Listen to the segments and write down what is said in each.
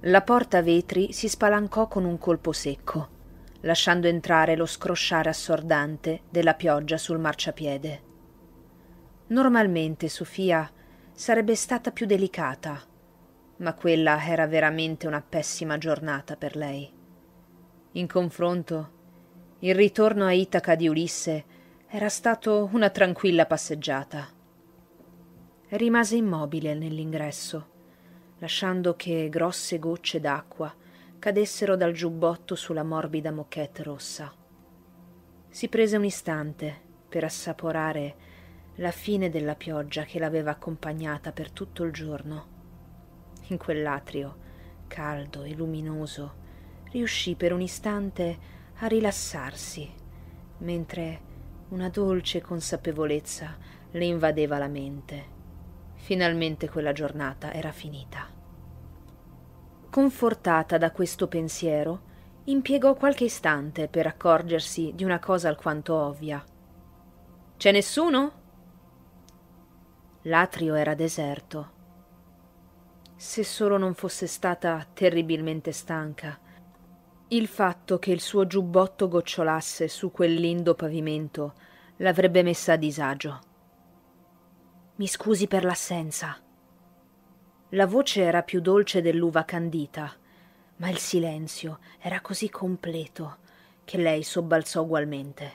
La porta a vetri si spalancò con un colpo secco, lasciando entrare lo scrosciare assordante della pioggia sul marciapiede. Normalmente Sofia sarebbe stata più delicata, ma quella era veramente una pessima giornata per lei. In confronto, il ritorno a Itaca di Ulisse era stato una tranquilla passeggiata. Rimase immobile nell'ingresso, lasciando che grosse gocce d'acqua cadessero dal giubbotto sulla morbida moquette rossa. Si prese un istante per assaporare la fine della pioggia che l'aveva accompagnata per tutto il giorno. In quell'atrio, caldo e luminoso, riuscì per un istante a rilassarsi, mentre una dolce consapevolezza le invadeva la mente. Finalmente quella giornata era finita. Confortata da questo pensiero, impiegò qualche istante per accorgersi di una cosa alquanto ovvia. «C'è nessuno?» L'atrio era deserto. Se solo non fosse stata terribilmente stanca, il fatto che il suo giubbotto gocciolasse su quel lindo pavimento l'avrebbe messa a disagio. «Mi scusi per l'assenza». La voce era più dolce dell'uva candita, ma il silenzio era così completo che lei sobbalzò ugualmente.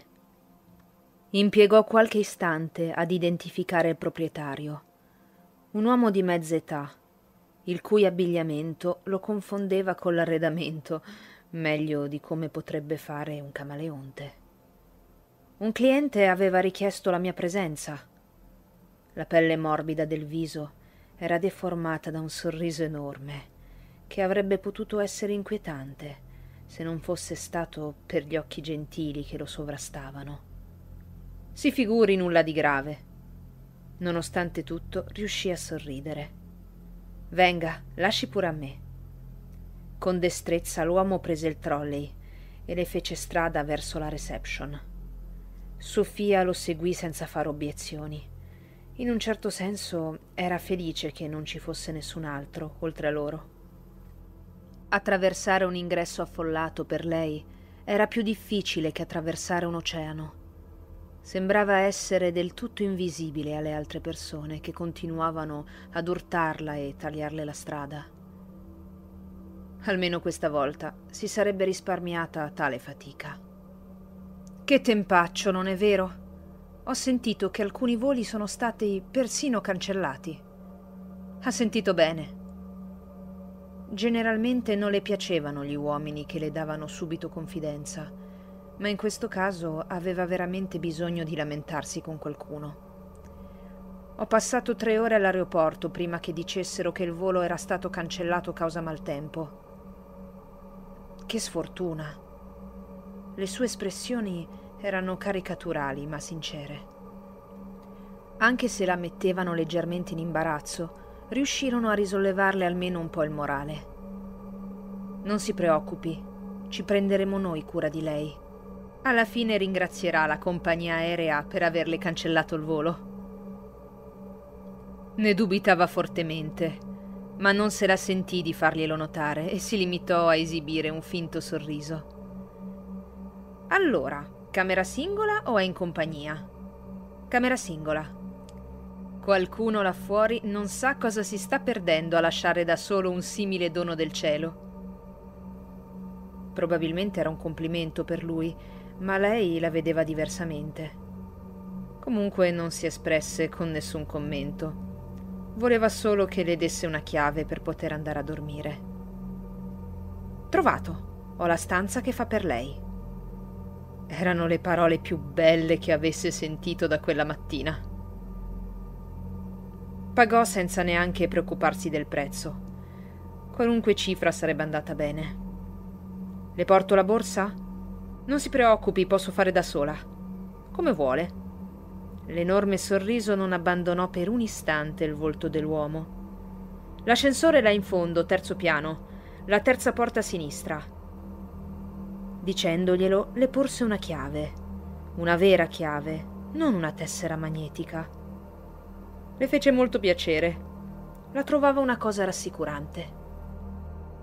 Impiegò qualche istante ad identificare il proprietario, un uomo di mezza età, il cui abbigliamento lo confondeva con l'arredamento, meglio di come potrebbe fare un camaleonte. Un cliente aveva richiesto la mia presenza. La pelle morbida del viso era deformata da un sorriso enorme, che avrebbe potuto essere inquietante se non fosse stato per gli occhi gentili che lo sovrastavano. Si figuri, nulla di grave. Nonostante tutto, riuscì a sorridere. «Venga, lasci pure a me». Con destrezza l'uomo prese il trolley e le fece strada verso la reception. Sofia lo seguì senza fare obiezioni. In un certo senso era felice che non ci fosse nessun altro oltre a loro. Attraversare un ingresso affollato per lei era più difficile che attraversare un oceano. Sembrava essere del tutto invisibile alle altre persone che continuavano ad urtarla e tagliarle la strada. Almeno questa volta si sarebbe risparmiata tale fatica. «Che tempaccio, non è vero? Ho sentito che alcuni voli sono stati persino cancellati». «Ha sentito bene». Generalmente non le piacevano gli uomini che le davano subito confidenza, ma in questo caso aveva veramente bisogno di lamentarsi con qualcuno. «Ho passato 3 ore all'aeroporto prima che dicessero che il volo era stato cancellato causa maltempo». Che sfortuna! Le sue espressioni erano caricaturali ma sincere. Anche se la mettevano leggermente in imbarazzo, riuscirono a risollevarle almeno un po' il morale. «Non si preoccupi, ci prenderemo noi cura di lei. Alla fine ringrazierà la compagnia aerea per averle cancellato il volo». Ne dubitava fortemente, ma non se la sentì di farglielo notare e si limitò a esibire un finto sorriso. «Allora, camera singola o è in compagnia?» «Camera singola». Qualcuno là fuori non sa cosa si sta perdendo a lasciare da solo un simile dono del cielo. Probabilmente era un complimento per lui, ma lei la vedeva diversamente. Comunque non si espresse con nessun commento. Voleva solo che le desse una chiave per poter andare a dormire. «Trovato! Ho la stanza che fa per lei». Erano le parole più belle che avesse sentito da quella mattina. Pagò senza neanche preoccuparsi del prezzo. Qualunque cifra sarebbe andata bene. «Le porto la borsa?» «Non si preoccupi, posso fare da sola». «Come vuole». L'enorme sorriso non abbandonò per un istante il volto dell'uomo. «L'ascensore è là in fondo, 3° piano, la 3ª porta a sinistra». Dicendoglielo, le porse una chiave, una vera chiave, non una tessera magnetica. Le fece molto piacere. La trovava una cosa rassicurante.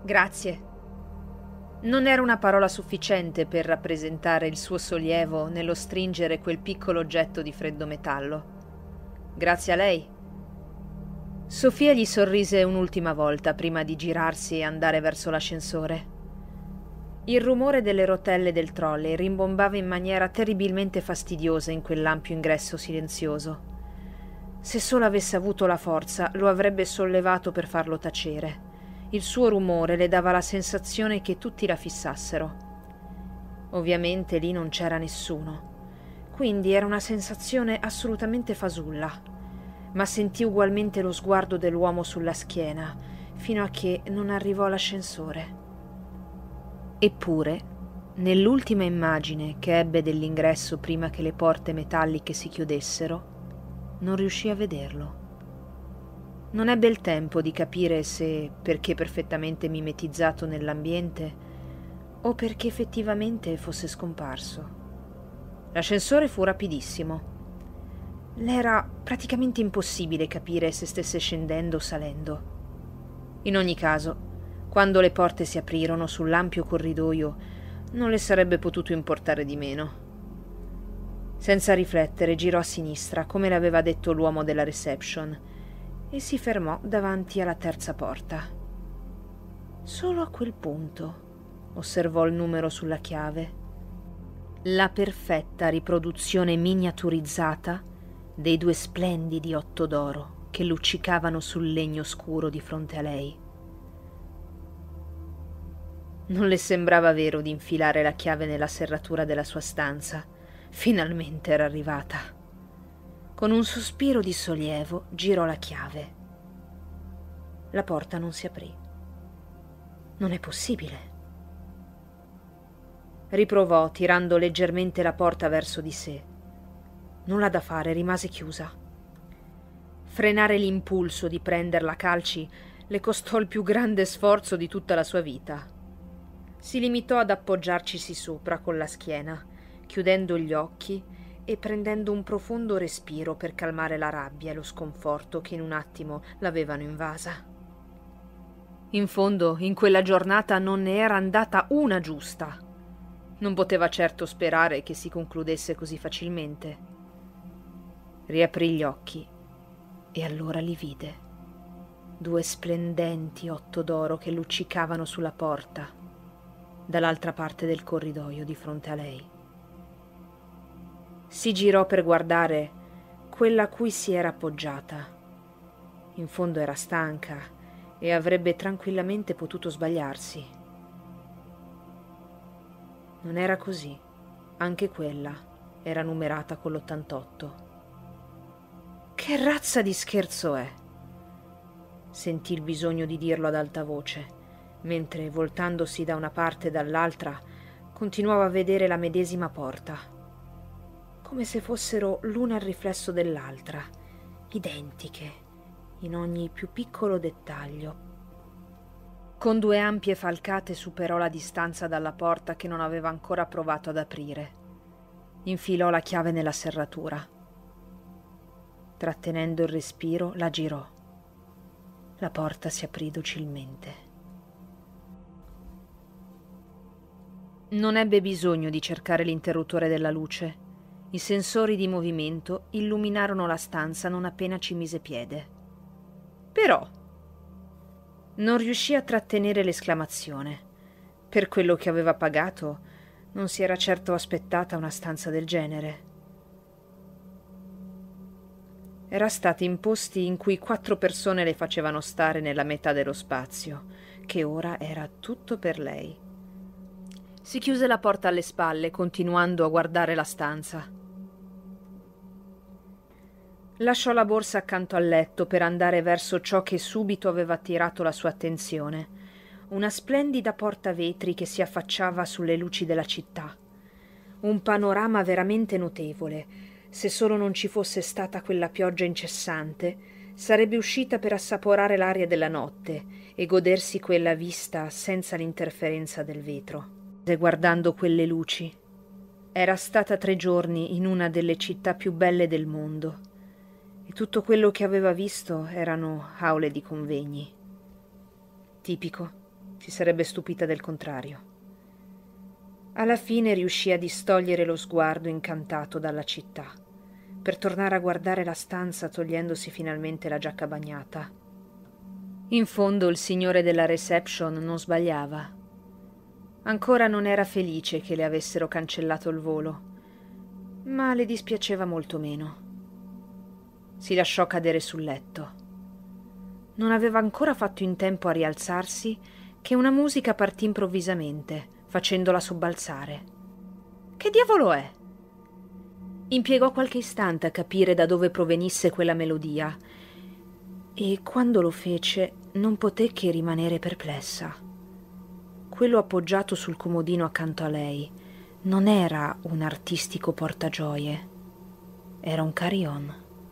Grazie. Non era una parola sufficiente per rappresentare il suo sollievo nello stringere quel piccolo oggetto di freddo metallo. Grazie a lei. Sofia gli sorrise un'ultima volta prima di girarsi e andare verso l'ascensore. Il rumore delle rotelle del trolley rimbombava in maniera terribilmente fastidiosa in quell'ampio ingresso silenzioso. Se solo avesse avuto la forza, lo avrebbe sollevato per farlo tacere. Il suo rumore le dava la sensazione che tutti la fissassero. Ovviamente lì non c'era nessuno, quindi era una sensazione assolutamente fasulla, ma sentì ugualmente lo sguardo dell'uomo sulla schiena, fino a che non arrivò all'ascensore. Eppure, nell'ultima immagine che ebbe dell'ingresso prima che le porte metalliche si chiudessero, non riuscì a vederlo. Non ebbe il tempo di capire se perché perfettamente mimetizzato nell'ambiente o perché effettivamente fosse scomparso. L'ascensore fu rapidissimo. Le era praticamente impossibile capire se stesse scendendo o salendo. In ogni caso, quando le porte si aprirono sull'ampio corridoio, non le sarebbe potuto importare di meno. Senza riflettere, girò a sinistra, come le aveva detto l'uomo della reception, e si fermò davanti alla terza porta. Solo a quel punto osservò il numero sulla chiave. La perfetta riproduzione miniaturizzata dei 2 splendidi 8 d'oro che luccicavano sul legno scuro di fronte a lei. Non le sembrava vero di infilare la chiave nella serratura della sua stanza. Finalmente era arrivata. Con un sospiro di sollievo girò la chiave. La porta non si aprì. Non è possibile. Riprovò, tirando leggermente la porta verso di sé. Nulla da fare, rimase chiusa. Frenare l'impulso di prenderla a calci le costò il più grande sforzo di tutta la sua vita. Si limitò ad appoggiarcisi sopra con la schiena, chiudendo gli occhi e prendendo un profondo respiro per calmare la rabbia e lo sconforto che in un attimo l'avevano invasa. In fondo, in quella giornata non ne era andata una giusta. Non poteva certo sperare che si concludesse così facilmente. Riaprì gli occhi e allora li vide. 2 splendenti 8 d'oro che luccicavano sulla porta, dall'altra parte del corridoio di fronte a lei. Si girò per guardare quella a cui si era appoggiata. In fondo era stanca e avrebbe tranquillamente potuto sbagliarsi. Non era così. Anche quella era numerata con l'88. Che razza di scherzo è? Sentì il bisogno di dirlo ad alta voce, mentre, voltandosi da una parte e dall'altra, continuava a vedere la medesima porta, come se fossero l'una il riflesso dell'altra, identiche, in ogni più piccolo dettaglio. Con 2 ampie falcate superò la distanza dalla porta che non aveva ancora provato ad aprire. Infilò la chiave nella serratura. Trattenendo il respiro, la girò. La porta si aprì docilmente. Non ebbe bisogno di cercare l'interruttore della luce. I sensori di movimento illuminarono la stanza non appena ci mise piede. Però non riuscì a trattenere l'esclamazione. Per quello che aveva pagato, non si era certo aspettata una stanza del genere. Era stata in posti in cui 4 persone le facevano stare nella metà dello spazio, che ora era tutto per lei. Si chiuse la porta alle spalle, continuando a guardare la stanza. Lasciò la borsa accanto al letto per andare verso ciò che subito aveva attirato la sua attenzione, una splendida porta vetri che si affacciava sulle luci della città. Un panorama veramente notevole. Se solo non ci fosse stata quella pioggia incessante, sarebbe uscita per assaporare l'aria della notte e godersi quella vista senza l'interferenza del vetro. Guardando quelle luci, era stata 3 giorni in una delle città più belle del mondo e tutto quello che aveva visto erano aule di convegni. Tipico. Si sarebbe stupita del contrario. Alla fine riuscì a distogliere lo sguardo incantato dalla città, per tornare a guardare la stanza togliendosi finalmente la giacca bagnata. In fondo il signore della reception non sbagliava. Ancora non era felice che le avessero cancellato il volo, ma le dispiaceva molto meno. Si lasciò cadere sul letto. Non aveva ancora fatto in tempo a rialzarsi che una musica partì improvvisamente, facendola sobbalzare. Che diavolo è? Impiegò qualche istante a capire da dove provenisse quella melodia e quando lo fece non poté che rimanere perplessa. Quello appoggiato sul comodino accanto a lei non era un artistico portagioie, era un carillon.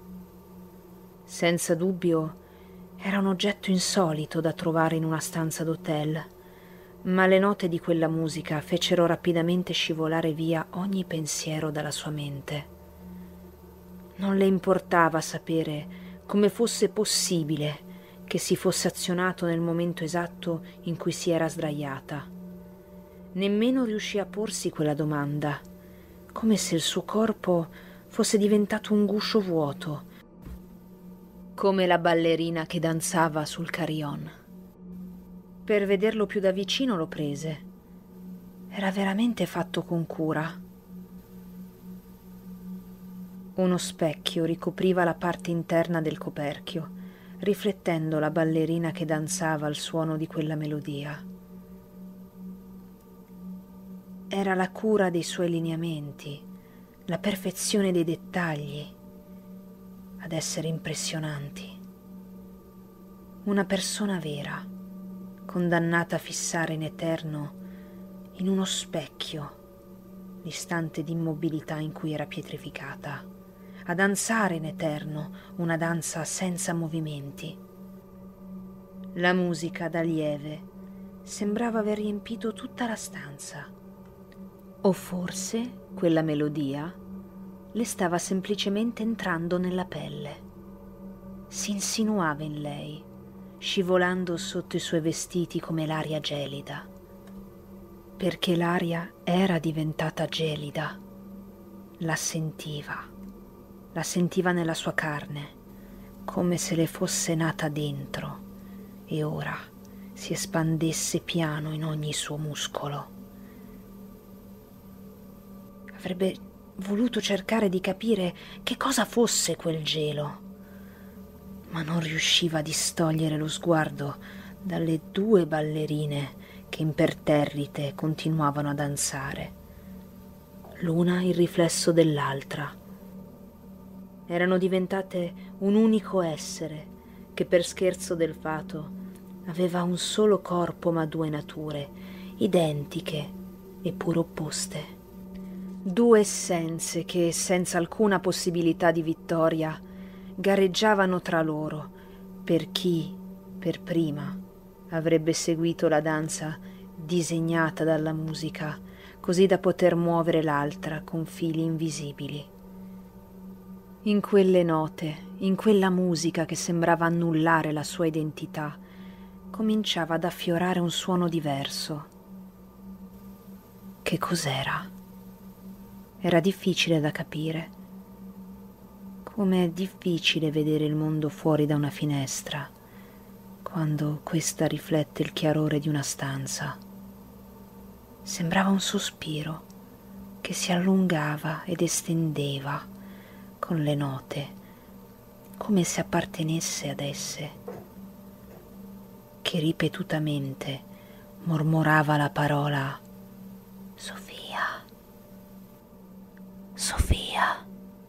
Senza dubbio era un oggetto insolito da trovare in una stanza d'hotel, ma le note di quella musica fecero rapidamente scivolare via ogni pensiero dalla sua mente. Non le importava sapere come fosse possibile che si fosse azionato nel momento esatto in cui si era sdraiata. Nemmeno riuscì a porsi quella domanda, come se il suo corpo fosse diventato un guscio vuoto, come la ballerina che danzava sul carillon. Per vederlo più da vicino lo prese. Era veramente fatto con cura. Uno specchio ricopriva la parte interna del coperchio, riflettendo la ballerina che danzava al suono di quella melodia. Era la cura dei suoi lineamenti, la perfezione dei dettagli ad essere impressionanti. Una persona vera, condannata a fissare in eterno in uno specchio l'istante di immobilità in cui era pietrificata, a danzare in eterno una danza senza movimenti. La musica da lieve sembrava aver riempito tutta la stanza. O forse quella melodia le stava semplicemente entrando nella pelle. Si insinuava in lei, scivolando sotto i suoi vestiti come l'aria gelida, perché l'aria era diventata gelida. La sentiva nella sua carne, come se le fosse nata dentro e ora si espandesse piano in ogni suo muscolo. Avrebbe voluto cercare di capire che cosa fosse quel gelo, ma non riusciva a distogliere lo sguardo dalle due ballerine che imperterrite continuavano a danzare, l'una il riflesso dell'altra. Erano diventate un unico essere che per scherzo del fato aveva un solo corpo ma due nature, identiche eppure opposte. Due essenze che, senza alcuna possibilità di vittoria, gareggiavano tra loro per chi, per prima, avrebbe seguito la danza disegnata dalla musica, così da poter muovere l'altra con fili invisibili. In quelle note, in quella musica che sembrava annullare la sua identità, cominciava ad affiorare un suono diverso. Che cos'era? Era difficile da capire, come è difficile vedere il mondo fuori da una finestra, quando questa riflette il chiarore di una stanza. Sembrava un sospiro che si allungava ed estendeva con le note, come se appartenesse ad esse, che ripetutamente mormorava la parola Sofia, Sofia.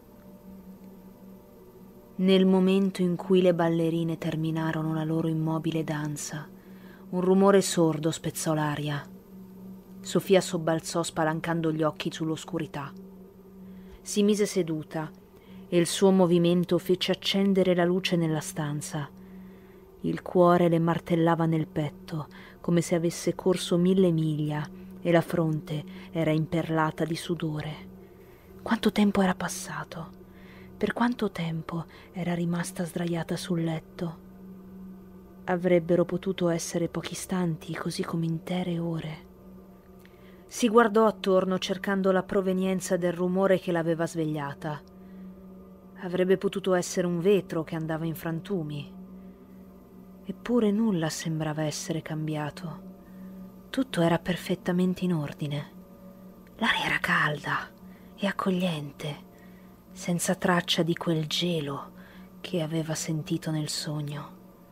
Nel momento in cui le ballerine terminarono la loro immobile danza, un rumore sordo spezzò l'aria. Sofia sobbalzò spalancando gli occhi sull'oscurità. Si mise seduta e il suo movimento fece accendere la luce nella stanza. Il cuore le martellava nel petto come se avesse corso 1000 miglia e la fronte era imperlata di sudore. Quanto tempo era passato? Per quanto tempo era rimasta sdraiata sul letto? avrebbero potuto essere pochi istanti, così come intere ore. Si guardò attorno cercando la provenienza del rumore che l'aveva svegliata. Avrebbe potuto essere un vetro che andava in frantumi. Eppure nulla sembrava essere cambiato. Tutto era perfettamente in ordine. L'aria era calda e accogliente, senza traccia di quel gelo che aveva sentito nel sogno.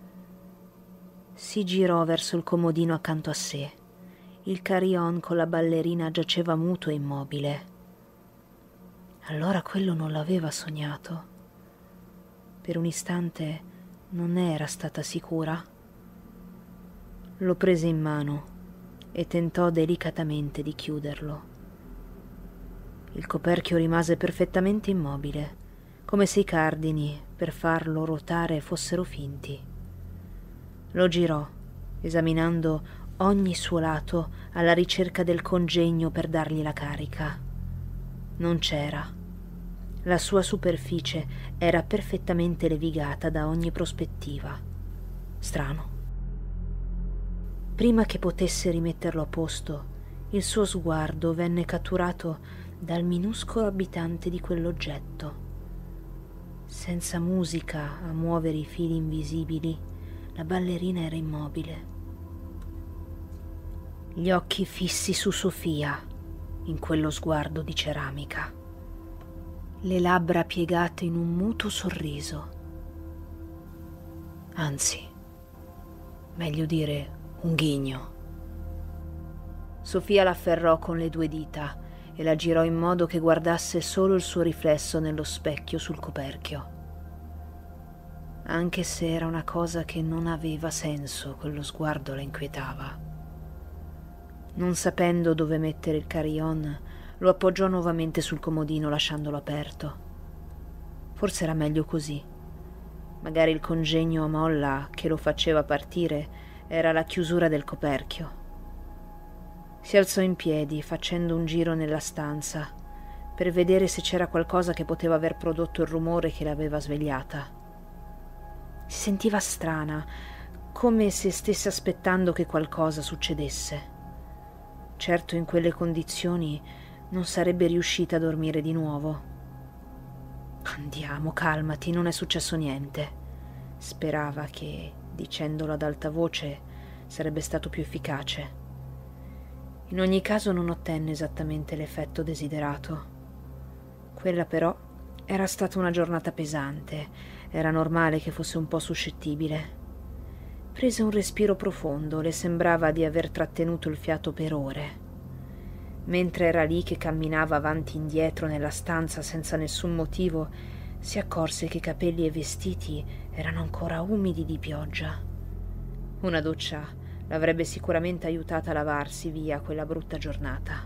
Si girò verso il comodino accanto a sé. Il carillon con la ballerina giaceva muto e immobile. Allora quello non l'aveva sognato. Per un istante non era stata sicura. Lo prese in mano e tentò delicatamente di chiuderlo. Il coperchio rimase perfettamente immobile, come se i cardini per farlo ruotare fossero finti. Lo girò, esaminando ogni suo lato alla ricerca del congegno per dargli la carica. Non c'era. La sua superficie era perfettamente levigata da ogni prospettiva. Strano. Prima che potesse rimetterlo a posto, il suo sguardo venne catturato dal minuscolo abitante di quell'oggetto. Senza musica a muovere i fili invisibili, la ballerina era immobile. Gli occhi fissi su Sofia, in quello sguardo di ceramica. Le labbra piegate in un muto sorriso. Anzi, meglio dire un ghigno. Sofia l'afferrò con le 2 dita e la girò in modo che guardasse solo il suo riflesso nello specchio sul coperchio. Anche se era una cosa che non aveva senso, quello sguardo la inquietava. Non sapendo dove mettere il carillon, lo appoggiò nuovamente sul comodino lasciandolo aperto. Forse era meglio così. Magari il congegno a molla che lo faceva partire era la chiusura del coperchio. Si alzò in piedi, facendo un giro nella stanza, per vedere se c'era qualcosa che poteva aver prodotto il rumore che l'aveva svegliata. Si sentiva strana, come se stesse aspettando che qualcosa succedesse. Certo, in quelle condizioni non sarebbe riuscita a dormire di nuovo. Andiamo, calmati, non è successo niente. Sperava che, dicendolo ad alta voce, sarebbe stato più efficace. In ogni caso non ottenne esattamente l'effetto desiderato. Quella però era stata una giornata pesante. Era normale che fosse un po' suscettibile. Prese un respiro profondo, le sembrava di aver trattenuto il fiato per ore. Mentre era lì che camminava avanti e indietro nella stanza senza nessun motivo, si accorse che capelli e vestiti erano ancora umidi di pioggia. Una doccia l'avrebbe sicuramente aiutata a lavarsi via quella brutta giornata.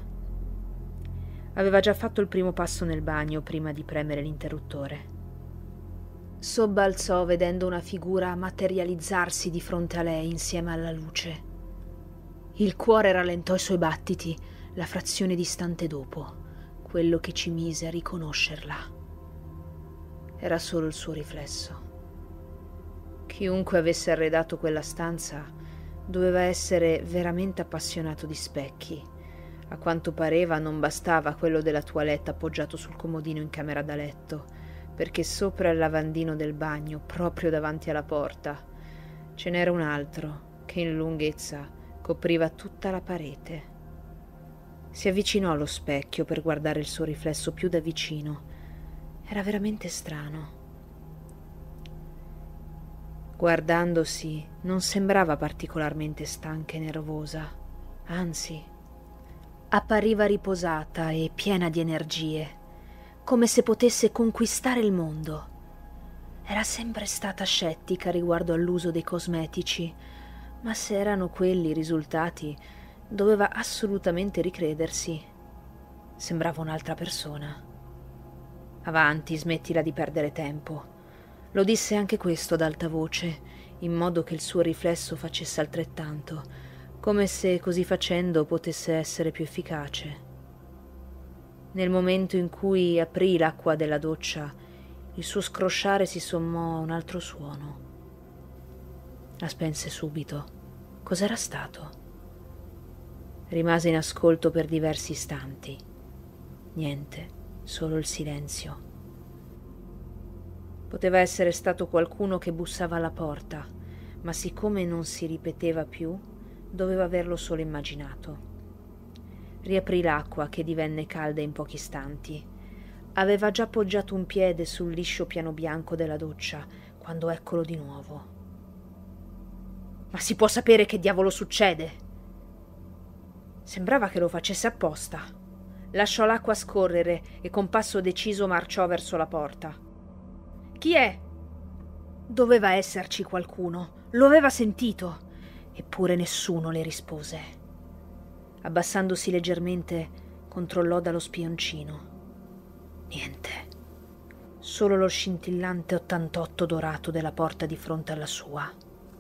Aveva già fatto il primo passo nel bagno prima di premere l'interruttore. Sobbalzò vedendo una figura materializzarsi di fronte a lei insieme alla luce. Il cuore rallentò i suoi battiti la frazione di istante dopo, quello che ci mise a riconoscerla. Era solo il suo riflesso. Chiunque avesse arredato quella stanza doveva essere veramente appassionato di specchi. A quanto pareva non bastava quello della toilette appoggiato sul comodino in camera da letto, perché sopra il lavandino del bagno, proprio davanti alla porta, ce n'era un altro che in lunghezza copriva tutta la parete. Si avvicinò allo specchio per guardare il suo riflesso più da vicino. Era veramente strano. Guardandosi, non sembrava particolarmente stanca e nervosa, anzi, appariva riposata e piena di energie, come se potesse conquistare il mondo. Era sempre stata scettica riguardo all'uso dei cosmetici, ma se erano quelli i risultati, doveva assolutamente ricredersi. Sembrava un'altra persona. Avanti, smettila di perdere tempo. Lo disse anche questo ad alta voce, in modo che il suo riflesso facesse altrettanto, come se così facendo potesse essere più efficace. Nel momento in cui aprì l'acqua della doccia, il suo scrosciare si sommò a un altro suono. La spense subito. Cos'era stato? Rimase in ascolto per diversi istanti. Niente, solo il silenzio. Poteva essere stato qualcuno che bussava alla porta, ma siccome non si ripeteva più, doveva averlo solo immaginato. Riaprì l'acqua, che divenne calda in pochi istanti. Aveva già appoggiato un piede sul liscio piano bianco della doccia, quando eccolo di nuovo. Ma si può sapere che diavolo succede? Sembrava che lo facesse apposta. Lasciò l'acqua scorrere e con passo deciso marciò verso la porta. Chi è? Doveva esserci qualcuno, lo aveva sentito, eppure nessuno le rispose. Abbassandosi leggermente, controllò dallo spioncino. Niente. Solo lo scintillante 88 dorato della porta di fronte alla sua.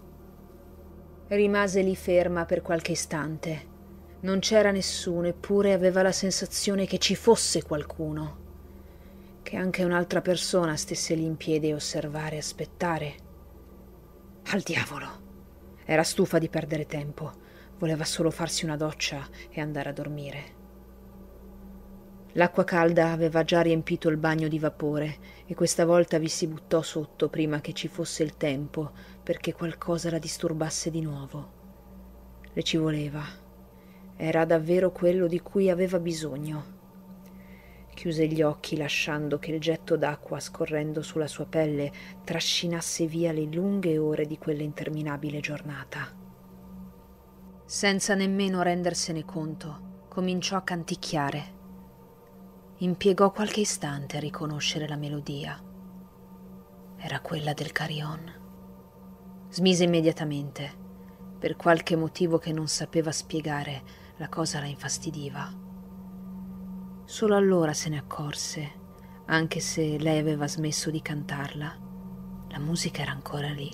Rimase lì ferma per qualche istante. Non c'era nessuno, eppure aveva la sensazione che ci fosse qualcuno. Che anche un'altra persona stesse lì in piedi a osservare e aspettare. Al diavolo! Era stufa di perdere tempo. Voleva solo farsi una doccia e andare a dormire. L'acqua calda aveva già riempito il bagno di vapore e questa volta vi si buttò sotto prima che ci fosse il tempo perché qualcosa la disturbasse di nuovo. Le ci voleva. Era davvero quello di cui aveva bisogno. Chiuse gli occhi lasciando che il getto d'acqua scorrendo sulla sua pelle trascinasse via le lunghe ore di quella interminabile giornata. Senza nemmeno rendersene conto, cominciò a canticchiare. Impiegò qualche istante a riconoscere la melodia. Era quella del carillon. Smise immediatamente. Per qualche motivo che non sapeva spiegare, la cosa la infastidiva. Solo allora se ne accorse, anche se lei aveva smesso di cantarla. La musica era ancora lì.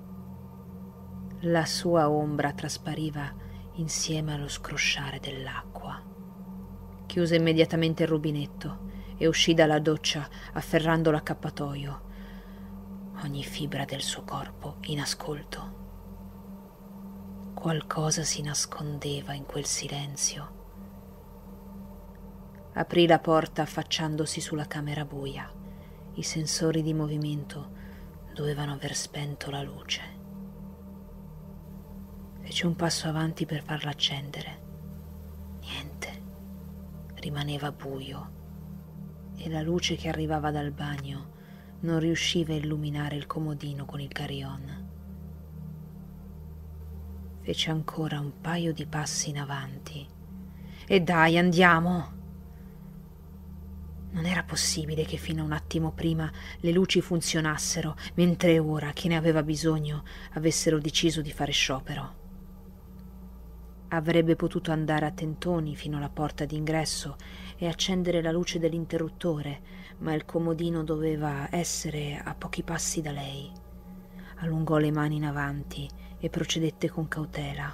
La sua ombra traspariva insieme allo scrosciare dell'acqua. Chiuse immediatamente il rubinetto e uscì dalla doccia afferrando l'accappatoio, ogni fibra del suo corpo in ascolto. Qualcosa si nascondeva in quel silenzio. Aprì la porta affacciandosi sulla camera buia. I sensori di movimento dovevano aver spento la luce. Fece un passo avanti per farla accendere. Niente. Rimaneva buio e la luce che arrivava dal bagno non riusciva a illuminare il comodino con il carillon. Fece ancora un paio di passi in avanti. E dai, andiamo! Non era possibile che fino a un attimo prima le luci funzionassero, mentre ora, chi ne aveva bisogno, avessero deciso di fare sciopero. Avrebbe potuto andare a tentoni fino alla porta d'ingresso e accendere la luce dell'interruttore, ma il comodino doveva essere a pochi passi da lei. Allungò le mani in avanti e procedette con cautela.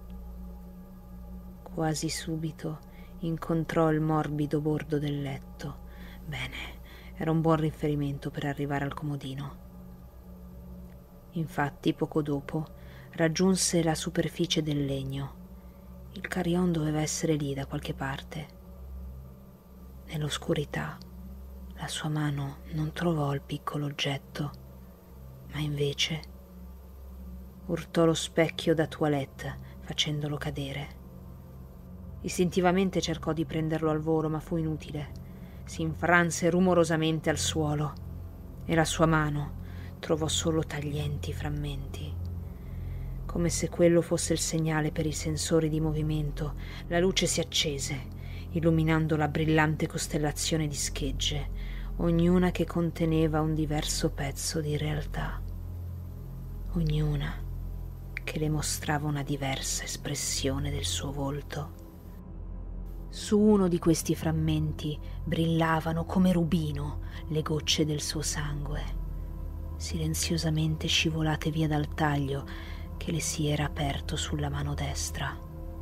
Quasi subito incontrò il morbido bordo del letto. Bene, era un buon riferimento per arrivare al comodino. Infatti, poco dopo, raggiunse la superficie del legno. Il carillon doveva essere lì da qualche parte. Nell'oscurità, la sua mano non trovò il piccolo oggetto, ma invece urtò lo specchio da toilette, facendolo cadere. Istintivamente cercò di prenderlo al volo, ma fu inutile. Si infranse rumorosamente al suolo e la sua mano trovò solo taglienti frammenti. Come se quello fosse il segnale per i sensori di movimento, la luce si accese, illuminando la brillante costellazione di schegge, ognuna che conteneva un diverso pezzo di realtà. Ognuna che le mostrava una diversa espressione del suo volto. Su uno di questi frammenti brillavano come rubino le gocce del suo sangue, silenziosamente scivolate via dal taglio che le si era aperto sulla mano destra.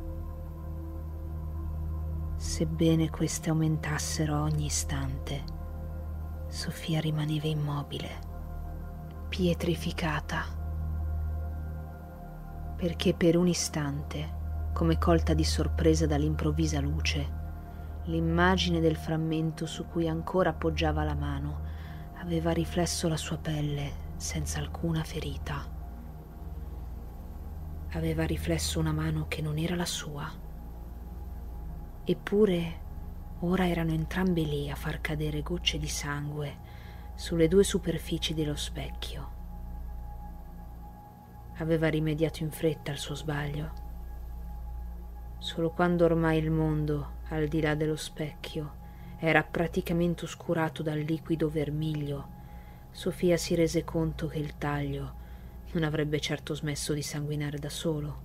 Sebbene queste aumentassero ogni istante, Sofia rimaneva immobile, pietrificata. perché per un istante, come colta di sorpresa dall'improvvisa luce, l'immagine del frammento su cui ancora appoggiava la mano aveva riflesso la sua pelle senza alcuna ferita. Aveva riflesso una mano che non era la sua. Eppure ora erano entrambe lì a far cadere gocce di sangue sulle due superfici dello specchio. Aveva rimediato in fretta al suo sbaglio. Solo quando ormai il mondo, al di là dello specchio, era praticamente oscurato dal liquido vermiglio, Sofia si rese conto che il taglio non avrebbe certo smesso di sanguinare da solo.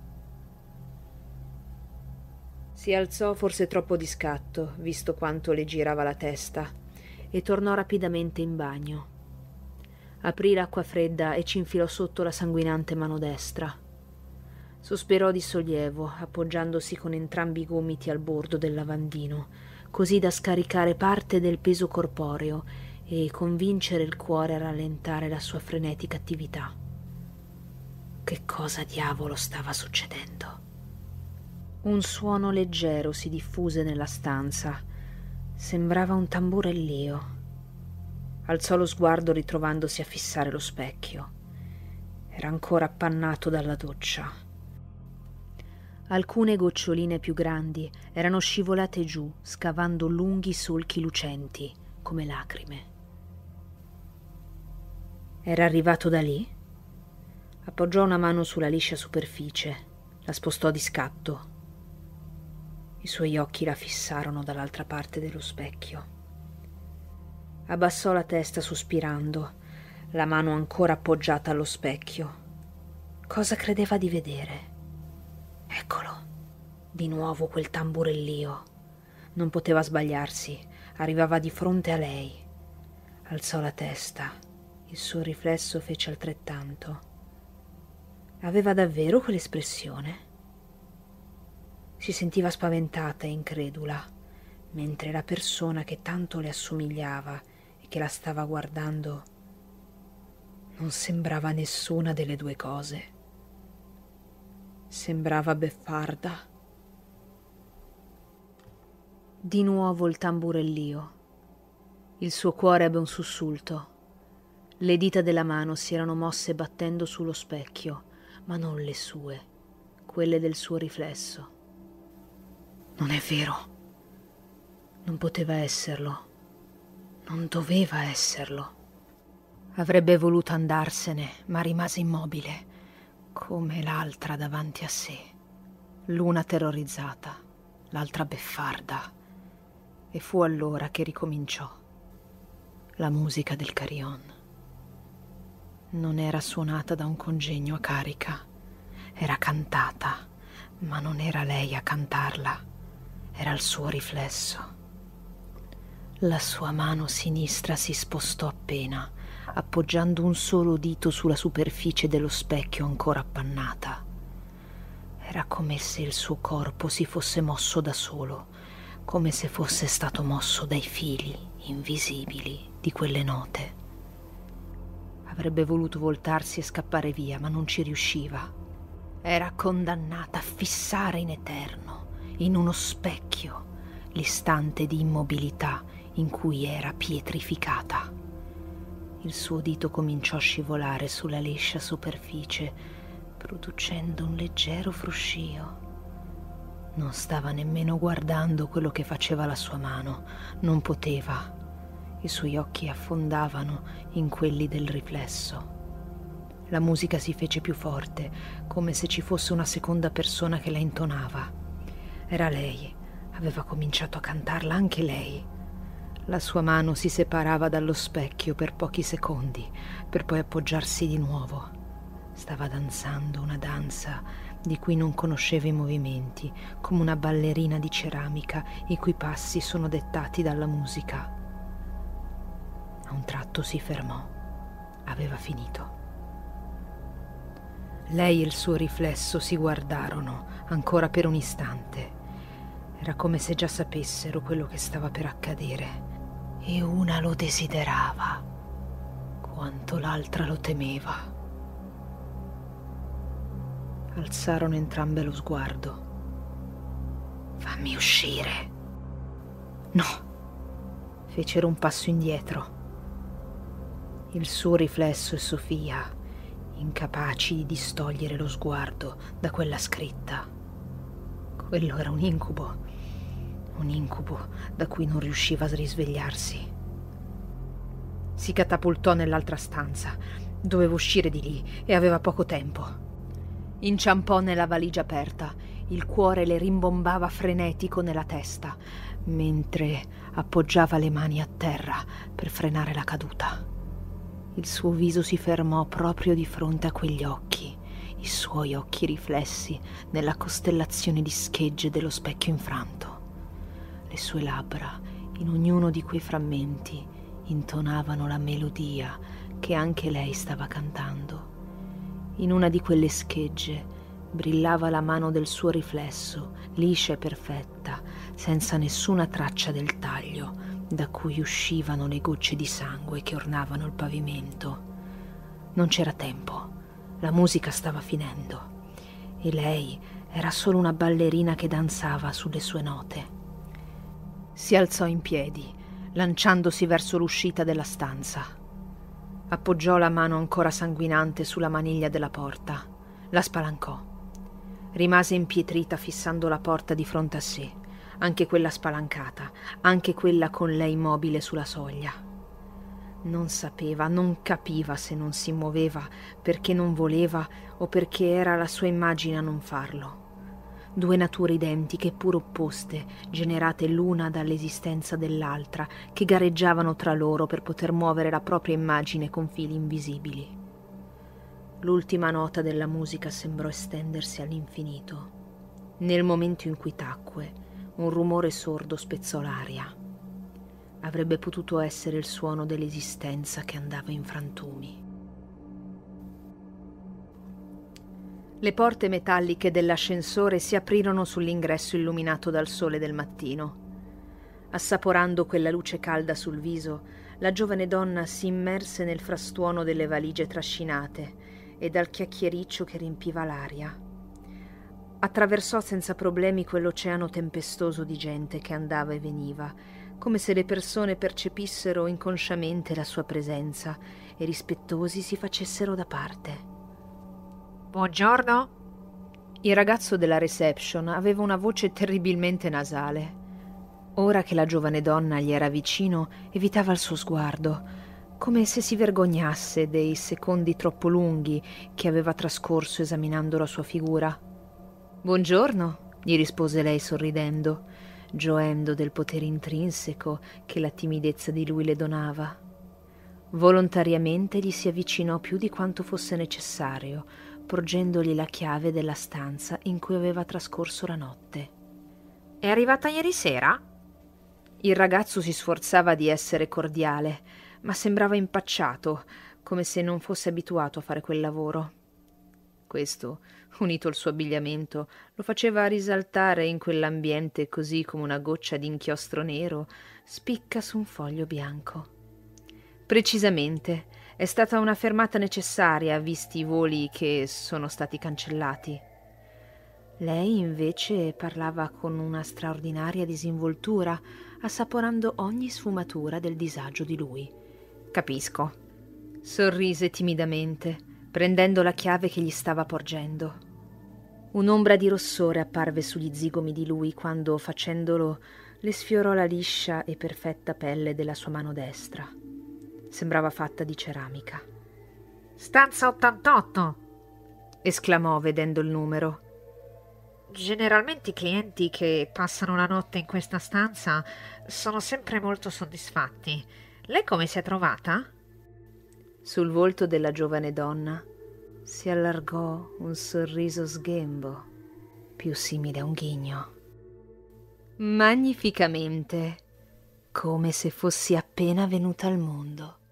Si alzò forse troppo di scatto, visto quanto le girava la testa, e tornò rapidamente in bagno. Aprì l'acqua fredda e ci infilò sotto la sanguinante mano destra. Sospirò di sollievo, appoggiandosi con entrambi i gomiti al bordo del lavandino, così da scaricare parte del peso corporeo e convincere il cuore a rallentare la sua frenetica attività. Che cosa diavolo stava succedendo? Un suono leggero si diffuse nella stanza. Sembrava un tamburellio. Alzò lo sguardo ritrovandosi a fissare lo specchio. Era ancora appannato dalla doccia. Alcune goccioline più grandi erano scivolate giù, scavando lunghi solchi lucenti, come lacrime. Era arrivato da lì? Appoggiò una mano sulla liscia superficie, la spostò di scatto. I suoi occhi la fissarono dall'altra parte dello specchio. Abbassò la testa sospirando, la mano ancora appoggiata allo specchio. Cosa credeva di vedere? Eccolo, di nuovo quel tamburellio. Non poteva sbagliarsi, arrivava di fronte a lei. Alzò la testa, il suo riflesso fece altrettanto. Aveva davvero quell'espressione? Si sentiva spaventata e incredula, mentre la persona che tanto le assomigliava e che la stava guardando non sembrava nessuna delle due cose. Sembrava beffarda. Di nuovo il tamburellio. Il suo cuore ebbe un sussulto. Le dita della mano si erano mosse battendo sullo specchio, ma non le sue, quelle del suo riflesso. Non è vero. Non poteva esserlo. Non doveva esserlo. Avrebbe voluto andarsene, ma rimase immobile, come l'altra davanti a sé, l'una terrorizzata, l'altra beffarda, e fu allora che ricominciò. La musica del carillon. Non era suonata da un congegno a carica, era cantata, ma non era lei a cantarla, era il suo riflesso. La sua mano sinistra si spostò appena, appoggiando un solo dito sulla superficie dello specchio ancora appannata. Era come se il suo corpo si fosse mosso da solo, come se fosse stato mosso dai fili invisibili di quelle note. Avrebbe voluto voltarsi e scappare via, ma non ci riusciva. Era condannata a fissare in eterno, in uno specchio, l'istante di immobilità in cui era pietrificata. Il suo dito cominciò a scivolare sulla liscia superficie, producendo un leggero fruscio. Non stava nemmeno guardando quello che faceva la sua mano, non poteva. I suoi occhi affondavano in quelli del riflesso. La musica si fece più forte, come se ci fosse una seconda persona che la intonava. Era lei, aveva cominciato a cantarla anche lei. La sua mano si separava dallo specchio per pochi secondi, per poi appoggiarsi di nuovo. Stava danzando una danza di cui non conosceva i movimenti, come una ballerina di ceramica i cui passi sono dettati dalla musica. A un tratto si fermò. Aveva finito. Lei e il suo riflesso si guardarono ancora per un istante. Era come se già sapessero quello che stava per accadere. E una lo desiderava, quanto l'altra lo temeva. Alzarono entrambe lo sguardo. «Fammi uscire!» «No!» Fecero un passo indietro. Il suo riflesso e Sofia, incapaci di distogliere lo sguardo da quella scritta. Quello era un incubo da cui non riusciva a risvegliarsi. Si catapultò nell'altra stanza. Doveva uscire di lì e aveva poco tempo. Inciampò nella valigia aperta. Il cuore le rimbombava frenetico nella testa, mentre appoggiava le mani a terra per frenare la caduta. Il suo viso si fermò proprio di fronte a quegli occhi, i suoi occhi riflessi nella costellazione di schegge dello specchio infranto. Le sue labbra, in ognuno di quei frammenti, intonavano la melodia che anche lei stava cantando. In una di quelle schegge brillava la mano del suo riflesso, liscia e perfetta, senza nessuna traccia del taglio da cui uscivano le gocce di sangue che ornavano il pavimento. Non c'era tempo, la musica stava finendo e lei era solo una ballerina che danzava sulle sue note. Si alzò in piedi, lanciandosi verso l'uscita della stanza. Appoggiò la mano ancora sanguinante sulla maniglia della porta, la spalancò. Rimase impietrita fissando la porta di fronte a sé, anche quella spalancata, anche quella con lei immobile sulla soglia. Non sapeva, non capiva se non si muoveva perché non voleva o perché era la sua immagine a non farlo. Due nature identiche eppure opposte, generate l'una dall'esistenza dell'altra, che gareggiavano tra loro per poter muovere la propria immagine con fili invisibili. L'ultima nota della musica sembrò estendersi all'infinito. Nel momento in cui tacque, un rumore sordo spezzò l'aria. Avrebbe potuto essere il suono dell'esistenza che andava in frantumi. Le porte metalliche dell'ascensore si aprirono sull'ingresso illuminato dal sole del mattino. Assaporando quella luce calda sul viso, la giovane donna si immerse nel frastuono delle valigie trascinate e dal chiacchiericcio che riempiva l'aria. Attraversò senza problemi quell'oceano tempestoso di gente che andava e veniva, come se le persone percepissero inconsciamente la sua presenza e rispettosi si facessero da parte. «Buongiorno?» Il ragazzo della reception aveva una voce terribilmente nasale. Ora che la giovane donna gli era vicino, evitava il suo sguardo, come se si vergognasse dei secondi troppo lunghi che aveva trascorso esaminando la sua figura. «Buongiorno», gli rispose lei sorridendo, gioendo del potere intrinseco che la timidezza di lui le donava. Volontariamente gli si avvicinò più di quanto fosse necessario, porgendogli la chiave della stanza in cui aveva trascorso la notte. «È arrivata ieri sera?» Il ragazzo si sforzava di essere cordiale, ma sembrava impacciato, come se non fosse abituato a fare quel lavoro. Questo, unito al suo abbigliamento, lo faceva risaltare in quell'ambiente così come una goccia d'inchiostro nero spicca su un foglio bianco. Precisamente, è stata una fermata necessaria, visti i voli che sono stati cancellati. Lei invece parlava con una straordinaria disinvoltura, assaporando ogni sfumatura del disagio di lui. «Capisco». Sorrise timidamente, prendendo la chiave che gli stava porgendo. Un'ombra di rossore apparve sugli zigomi di lui quando, facendolo, le sfiorò la liscia e perfetta pelle della sua mano destra. Sembrava fatta di ceramica. «Stanza 88!» esclamò vedendo il numero. «Generalmente i clienti che passano la notte in questa stanza sono sempre molto soddisfatti. Lei come si è trovata?» Sul volto della giovane donna si allargò un sorriso sghembo, più simile a un ghigno. «Magnificamente, come se fossi appena venuta al mondo».